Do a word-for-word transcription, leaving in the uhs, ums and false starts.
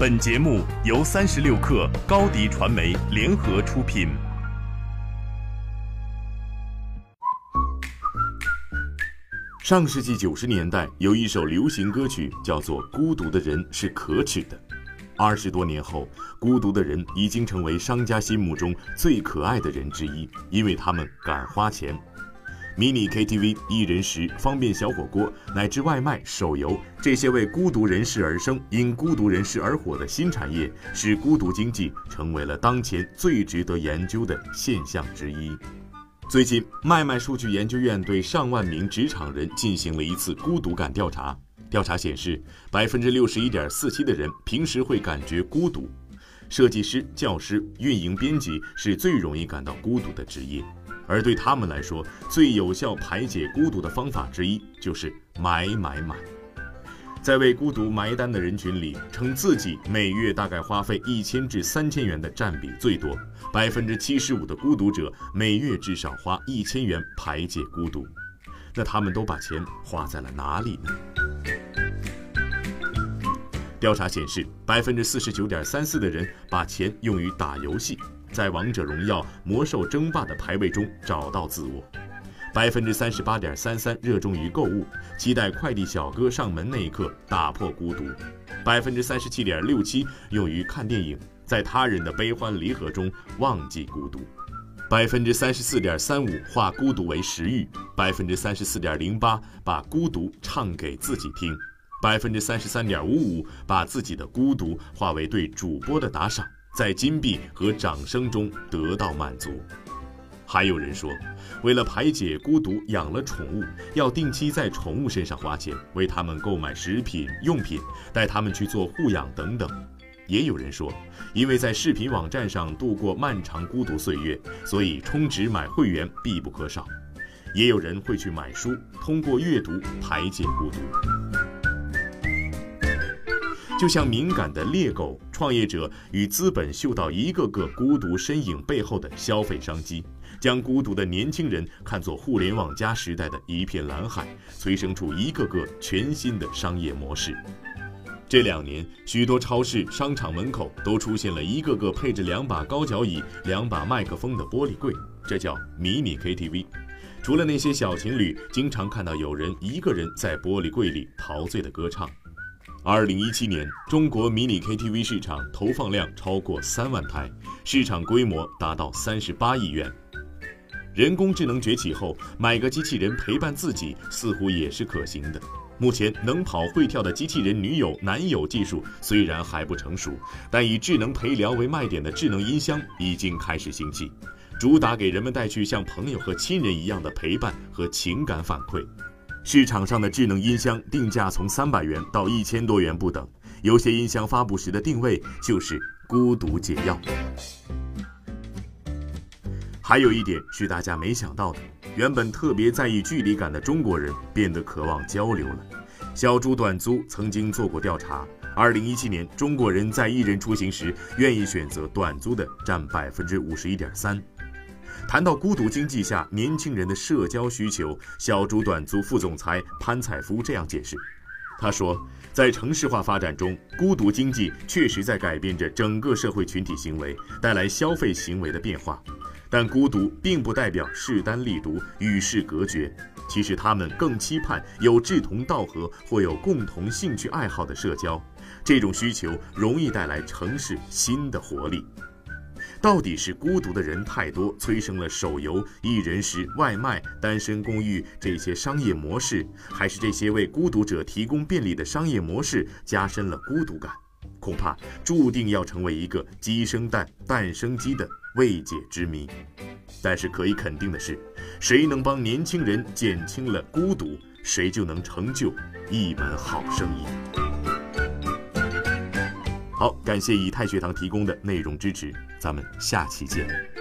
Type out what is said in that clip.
本节目由三十六克高低传媒联合出品。上世纪九十年代，有一首流行歌曲叫做《孤独的人是可耻的》。二十多年后，孤独的人已经成为商家心目中最可爱的人之一，因为他们敢花钱。迷你 K T V、一人食、方便小火锅乃至外卖、手游，这些为孤独人士而生、因孤独人士而火的新产业，使孤独经济成为了当前最值得研究的现象之一。最近，麦麦数据研究院对上万名职场人进行了一次孤独感调查。调查显示，百分之六十一点四七的人平时会感觉孤独。设计师、教师、运营编辑是最容易感到孤独的职业。而对他们来说，最有效排解孤独的方法之一就是买买买。在为孤独埋单的人群里，称自己每月大概花费一千至三千元的占比最多，百分之七十五的孤独者每月至少花一千元排解孤独。那他们都把钱花在了哪里呢？调查显示，百分之四十九点三四的人把钱用于打游戏，在王者荣耀、魔兽争霸的排位中找到自我。百分之三十八点三三热衷于购物，期待快递小哥上门那一刻打破孤独。百分之三十七点六七用于看电影，在他人的悲欢离合中忘记孤独。百分之三十四点三五化孤独为食欲，百分之三十四点零八把孤独唱给自己听。百分之三十三点五五把自己的孤独化为对主播的打赏，在金币和掌声中得到满足。还有人说，为了排解孤独，养了宠物，要定期在宠物身上花钱，为他们购买食品、用品，带他们去做护养等等。也有人说，因为在视频网站上度过漫长孤独岁月，所以充值买会员必不可少。也有人会去买书，通过阅读排解孤独。就像敏感的猎狗，创业者与资本嗅到一个个孤独身影背后的消费商机，将孤独的年轻人看作互联网加时代的一片蓝海，催生出一个个全新的商业模式。这两年，许多超市、商场门口都出现了一个个配着两把高脚椅、两把麦克风的玻璃柜，这叫迷你 K T V。除了那些小情侣，经常看到有人一个人在玻璃柜里陶醉的歌唱。二零一七年，中国迷你 K T V 市场投放量超过三万台，市场规模达到三十八亿元。人工智能崛起后，买个机器人陪伴自己似乎也是可行的。目前能跑会跳的机器人女友、男友技术虽然还不成熟，但以智能陪聊为卖点的智能音箱已经开始兴起，主打给人们带去像朋友和亲人一样的陪伴和情感反馈。市场上的智能音箱定价从三百元到一千多元不等，有些音箱发布时的定位就是孤独解药。还有一点是大家没想到的，原本特别在意距离感的中国人变得渴望交流了。小猪短租曾经做过调查，二零一七年中国人在一人出行时愿意选择短租的占百分之五十一点三。谈到孤独经济下年轻人的社交需求，小猪短租副总裁潘采夫这样解释。他说，在城市化发展中，孤独经济确实在改变着整个社会群体行为，带来消费行为的变化。但孤独并不代表势单力独、与世隔绝，其实他们更期盼有志同道合或有共同兴趣爱好的社交，这种需求容易带来城市新的活力。到底是孤独的人太多，催生了手游、一人食、外卖、单身公寓这些商业模式，还是这些为孤独者提供便利的商业模式加深了孤独感？恐怕注定要成为一个鸡生蛋，蛋生鸡的未解之谜。但是可以肯定的是，谁能帮年轻人减轻了孤独，谁就能成就一门好生意。好，感谢以太学堂提供的内容支持，咱们下期见。